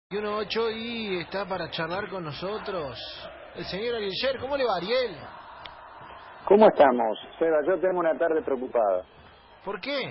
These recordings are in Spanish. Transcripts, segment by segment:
18 y está para charlar con nosotros el señor Ariel. ¿Cómo le va, Ariel? ¿Cómo estamos? Seba, yo tengo una tarde preocupada. ¿Por qué?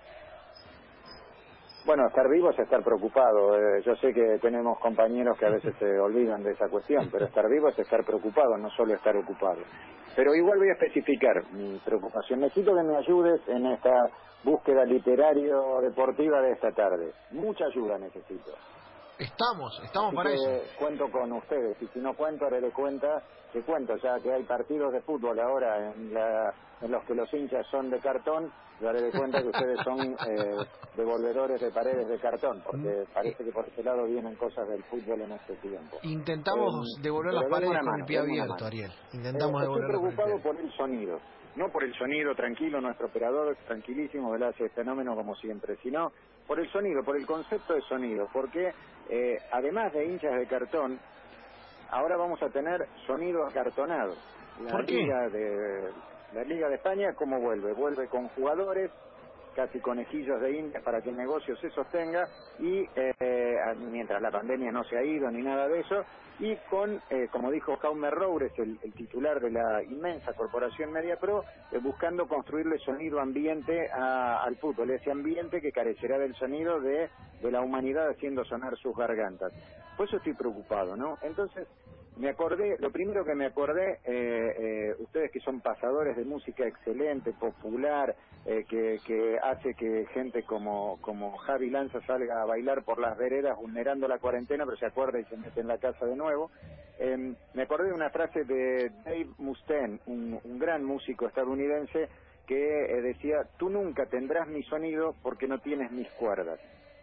Bueno, estar vivo es estar preocupado. Yo sé que tenemos compañeros que a veces se olvidan de esa cuestión, pero estar vivo es estar preocupado, no solo estar ocupado. Pero igual voy a especificar mi preocupación. Necesito que me ayudes en esta búsqueda literario-deportiva de esta tarde. Mucha ayuda necesito. Estamos Así para eso. que cuento con ustedes, y si no cuento, haré de cuenta que cuento, ya que hay partidos de fútbol ahora en los que los hinchas son de cartón, yo haré de cuenta que ustedes son devolvedores de paredes de cartón, porque parece que por ese lado vienen cosas del fútbol en este tiempo. Intentamos devolver las Pero denme paredes una con el mano, pie denme una abierto, mano. Ariel. Intentamos Estoy devolverlas con el pie preocupado abierto. por el sonido, no por el sonido tranquilo, nuestro operador tranquilísimo, él hace el fenómeno como siempre, sino por el sonido, por el concepto de sonido, porque además de hinchas de cartón, ahora vamos a tener sonido acartonado. ¿Por qué? La Liga de España, ¿cómo vuelve? Vuelve con jugadores, casi conejillos de indias para que el negocio se sostenga y mientras la pandemia no se ha ido ni nada de eso, y con, como dijo Jaume Roures, el titular de la inmensa corporación MediaPro, buscando construirle sonido ambiente al fútbol, ese ambiente que carecerá del sonido de la humanidad haciendo sonar sus gargantas. Por eso estoy preocupado, ¿no? Entonces, me acordé, lo primero que me acordé, ustedes que son pasadores de música excelente, popular, que hace que gente como Javi Lanza salga a bailar por las veredas vulnerando la cuarentena, pero se acuerda y se mete en la casa de nuevo. Me acordé de una frase de Dave Mustaine, un gran músico estadounidense, que decía: tú nunca tendrás mi sonido porque no tienes mis cuerdas.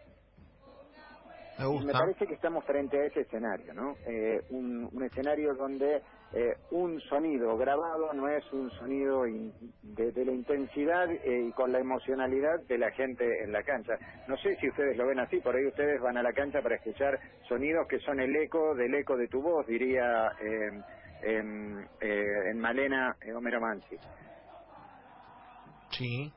Me Me gusta. parece que estamos frente a ese escenario, ¿no? Un escenario donde un sonido grabado no es un sonido de la intensidad y con la emocionalidad de la gente en la cancha. No sé si ustedes lo ven así, por ahí ustedes van a la cancha para escuchar sonidos que son el eco del eco de tu voz, diría en Malena Homero Mansi. Sí.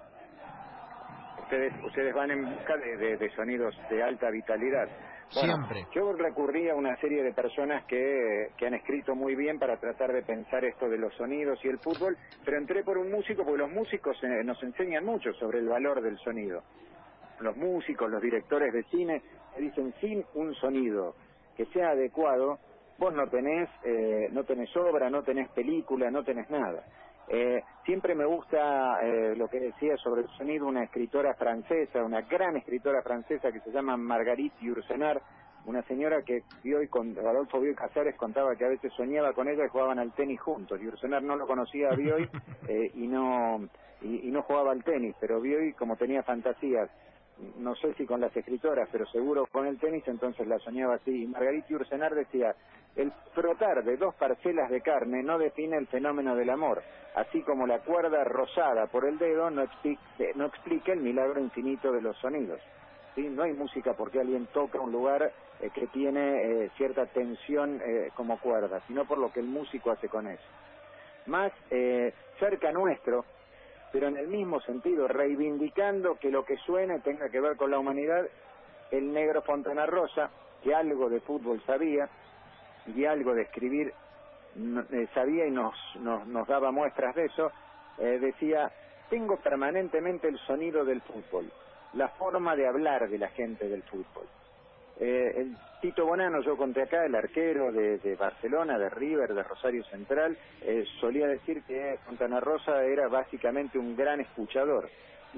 Ustedes van en busca de sonidos de alta vitalidad. Bueno, Siempre. yo recurrí a una serie de personas que han escrito muy bien para tratar de pensar esto de los sonidos y el fútbol, pero entré por un músico porque los músicos nos enseñan mucho sobre el valor del sonido. Los músicos, los directores de cine, me dicen: sin un sonido que sea adecuado, vos no tenés obra, no tenés película, no tenés nada. Siempre me gusta lo que decía sobre el sonido una escritora francesa, una gran escritora francesa que se llama Marguerite Yourcenar, una señora que Bioy con Adolfo Bioy Casares contaba que a veces soñaba con ella y jugaban al tenis juntos. Yourcenar no lo conocía a Bioy y no jugaba al tenis, pero Bioy, como tenía fantasías, no sé si con las escritoras, pero seguro con el tenis, entonces la soñaba así. Y Marguerite Yourcenar decía: el frotar de dos parcelas de carne no define el fenómeno del amor, así como la cuerda rozada por el dedo no explica el milagro infinito de los sonidos. ¿Sí? No hay música porque alguien toca un lugar que tiene cierta tensión como cuerda, sino por lo que el músico hace con eso. Más cerca nuestro, pero en el mismo sentido, reivindicando que lo que suene tenga que ver con la humanidad, el negro Fontana Rosa, que algo de fútbol sabía y algo de escribir sabía y nos daba muestras de eso, decía: tengo permanentemente el sonido del fútbol, la forma de hablar de la gente del fútbol. El Tito Bonano, yo conté acá, el arquero de Barcelona, de River, de Rosario Central, solía decir que Fontana Rosa era básicamente un gran escuchador.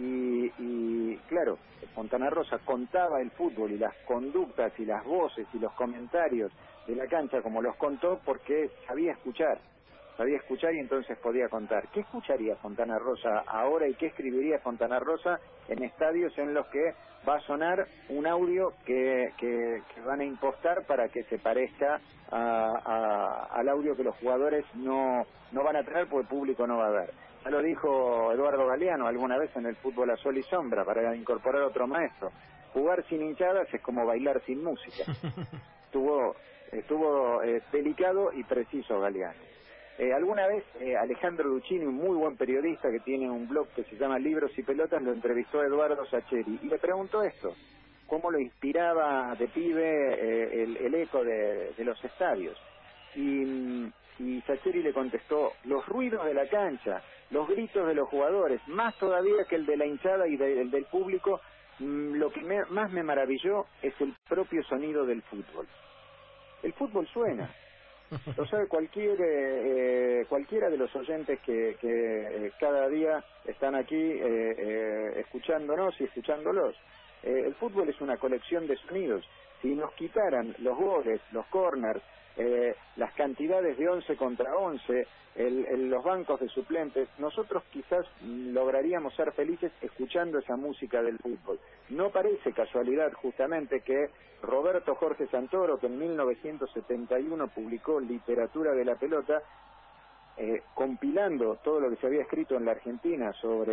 Y claro, Fontana Rosa contaba el fútbol y las conductas y las voces y los comentarios de la cancha como los contó porque sabía escuchar y entonces podía contar. ¿Qué escucharía Fontana Rosa ahora y qué escribiría Fontana Rosa en estadios en los que va a sonar un audio que van a impostar para que se parezca al audio que los jugadores no van a tener porque el público no va a ver? Ya lo dijo Eduardo Galeano alguna vez en el Fútbol a Sol y Sombra, para incorporar otro maestro: jugar sin hinchadas es como bailar sin música. Estuvo delicado y preciso Galeano. Alguna vez Alejandro Luchini, un muy buen periodista que tiene un blog que se llama Libros y Pelotas, lo entrevistó a Eduardo Sacheri y le preguntó esto: cómo lo inspiraba de pibe el eco de los estadios. Y Sacheri le contestó: los ruidos de la cancha, los gritos de los jugadores, más todavía que el de la hinchada y el del público, lo que más me maravilló es el propio sonido del fútbol. El fútbol suena. Lo sabe cualquiera de los oyentes que cada día están aquí escuchándonos y escuchándolos. El fútbol es una colección de sonidos. Si nos quitaran los goles, los corners, las cantidades de 11 contra 11, los bancos de suplentes, nosotros quizás lograríamos ser felices escuchando esa música del fútbol. No parece casualidad justamente que Roberto Jorge Santoro, que en 1971 publicó Literatura de la Pelota, compilando todo lo que se había escrito en la Argentina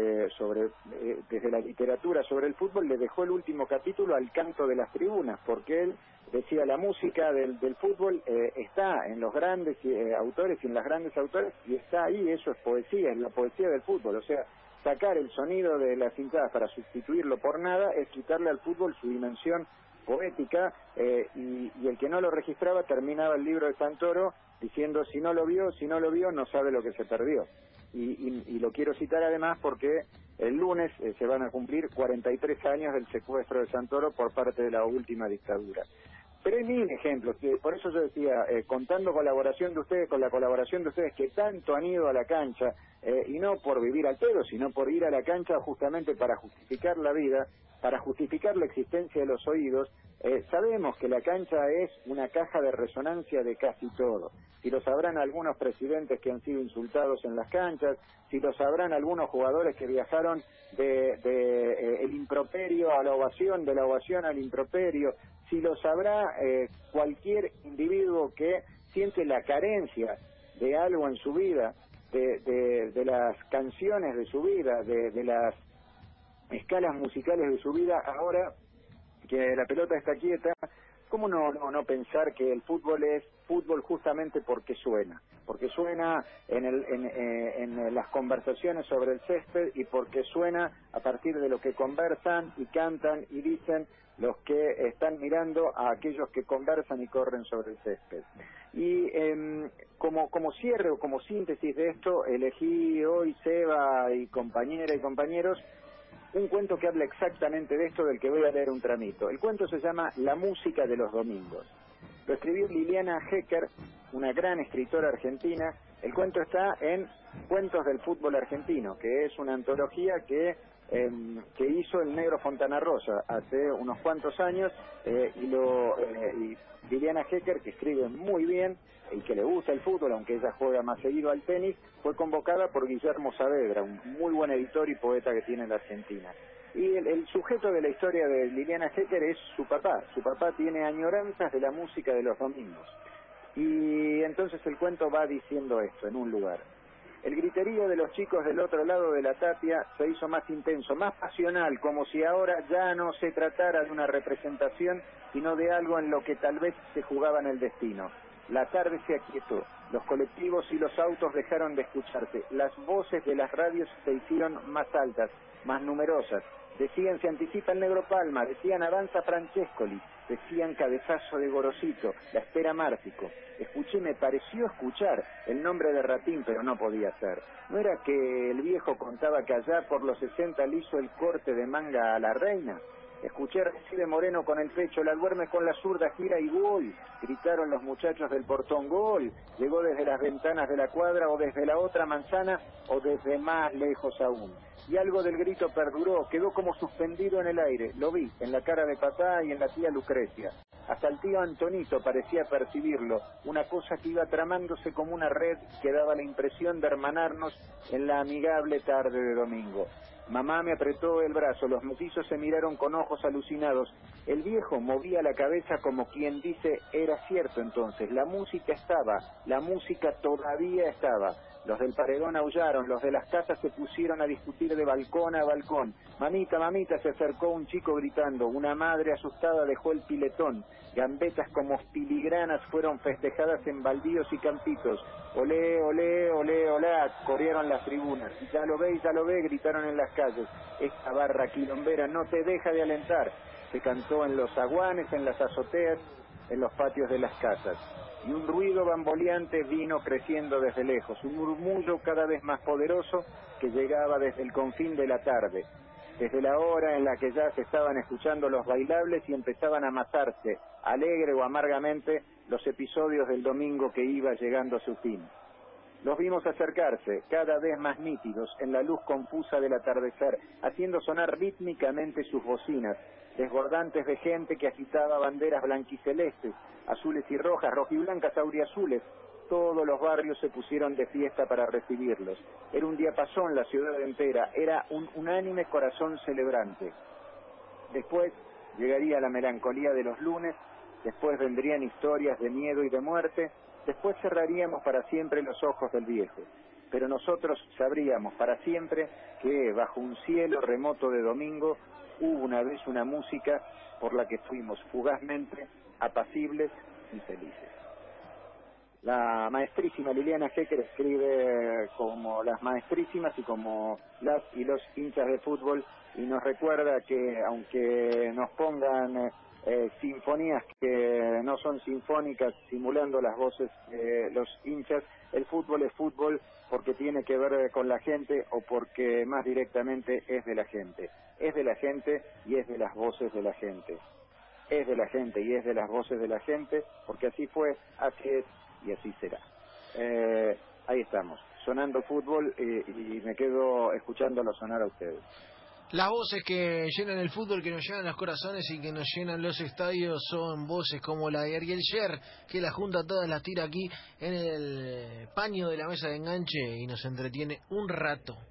desde la literatura sobre el fútbol, le dejó el último capítulo al canto de las tribunas, porque él decía: la música del fútbol está en los grandes autores y en las grandes autores, y está ahí, eso es poesía, es la poesía del fútbol. O sea, sacar el sonido de las hinchadas para sustituirlo por nada es quitarle al fútbol su dimensión poética, y el que no lo registraba terminaba el libro de Santoro diciendo: si no lo vio, no sabe lo que se perdió. Y lo quiero citar además porque el lunes se van a cumplir 43 años del secuestro de Santoro por parte de la última dictadura. Pero hay mil ejemplos, por eso yo decía, contando con la colaboración de ustedes que tanto han ido a la cancha, y no por vivir al pedo, sino por ir a la cancha justamente para justificar la vida, para justificar la existencia de los oídos. Sabemos que la cancha es una caja de resonancia de casi todo. Si lo sabrán algunos presidentes que han sido insultados en las canchas, si lo sabrán algunos jugadores que viajaron el improperio a la ovación, de la ovación al improperio, si lo sabrá cualquier individuo que siente la carencia de algo en su vida, de las canciones de su vida, de las escalas musicales de su vida. Ahora que la pelota está quieta, ¿cómo no pensar que el fútbol es fútbol justamente porque suena en las conversaciones sobre el césped, y porque suena a partir de lo que conversan y cantan y dicen los que están mirando a aquellos que conversan y corren sobre el césped? Y como cierre o como síntesis de esto, elegí hoy, Seba y compañera y compañeros, un cuento que habla exactamente de esto, del que voy a leer un tramito. El cuento se llama La música de los domingos. Lo escribió Liliana Hecker, una gran escritora argentina. El cuento está en Cuentos del Fútbol Argentino, que es una antología que hizo el Negro Fontana Rosa hace unos cuantos años, y Liliana Hecker, que escribe muy bien y que le gusta el fútbol, aunque ella juega más seguido al tenis, fue convocada por Guillermo Saavedra, un muy buen editor y poeta que tiene la Argentina. Y el sujeto de la historia de Liliana Hecker es su papá. Su papá tiene añoranzas de la música de los domingos. Y entonces el cuento va diciendo esto en un lugar: el griterío de los chicos del otro lado de la tapia se hizo más intenso, más pasional, como si ahora ya no se tratara de una representación, sino de algo en lo que tal vez se jugaban el destino. La tarde se aquietó, los colectivos y los autos dejaron de escucharse, las voces de las radios se hicieron más altas, más numerosas. Decían: se anticipa el Negro Palma, decían: avanza Francescoli, decían: cabezazo de Gorosito, la espera Mártico. Me pareció escuchar el nombre de Ratín, pero no podía ser. ¿No era que el viejo contaba que allá por los 60 le hizo el corte de manga a la reina? Escuché: recibe Moreno con el pecho, la duerme con la zurda, gira y gol. Gritaron los muchachos del portón: gol. Llegó desde las ventanas de la cuadra, o desde la otra manzana, o desde más lejos aún. Y algo del grito perduró, quedó como suspendido en el aire. Lo vi en la cara de papá y en la tía Lucrecia. Hasta el tío Antonito parecía percibirlo, una cosa que iba tramándose como una red que daba la impresión de hermanarnos en la amigable tarde de domingo. Mamá me apretó el brazo, los mellizos se miraron con ojos alucinados. El viejo movía la cabeza como quien dice: era cierto entonces, la música estaba, la música todavía estaba. Los del paredón aullaron, los de las casas se pusieron a discutir de balcón a balcón. Mamita, mamita, se acercó un chico gritando. Una madre asustada dejó el piletón. Gambetas como filigranas fueron festejadas en baldíos y campitos. Olé, olé, olé, olá, corearon las tribunas. Ya lo ve, gritaron en las calles. Esta barra quilombera no te deja de alentar. se cantó en los zaguanes, en las azoteas, en los patios de las casas. Y un ruido bamboleante vino creciendo desde lejos, un murmullo cada vez más poderoso que llegaba desde el confín de la tarde, desde la hora en la que ya se estaban escuchando los bailables y empezaban a amasarse, alegre o amargamente, los episodios del domingo que iba llegando a su fin. Los vimos acercarse, cada vez más nítidos, en la luz confusa del atardecer, haciendo sonar rítmicamente sus bocinas, desbordantes de gente que agitaba banderas blanquicelestes, azules y rojas, rojiblancas, auriazules. Todos los barrios se pusieron de fiesta para recibirlos. Era un diapasón la ciudad entera, era un unánime corazón celebrante. Después llegaría la melancolía de los lunes, después vendrían historias de miedo y de muerte, después cerraríamos para siempre los ojos del viejo. Pero nosotros sabríamos para siempre que bajo un cielo remoto de domingo hubo una vez una música por la que fuimos fugazmente apacibles y felices. La maestrísima Liliana Hecker escribe como las maestrísimas y como las y los hinchas de fútbol, y nos recuerda que aunque nos pongan sinfonías que no son sinfónicas simulando las voces de los hinchas, el fútbol es fútbol porque tiene que ver con la gente o porque más directamente es de la gente. Es de la gente y es de las voces de la gente. Es de la gente y es de las voces de la gente, porque así fue, así es y así será. Ahí estamos, sonando fútbol y me quedo escuchándolo sonar a ustedes. Las voces que llenan el fútbol, que nos llenan los corazones y que nos llenan los estadios son voces como la de Ariel Sher, que la junta todas, las tira aquí en el paño de la mesa de enganche y nos entretiene un rato.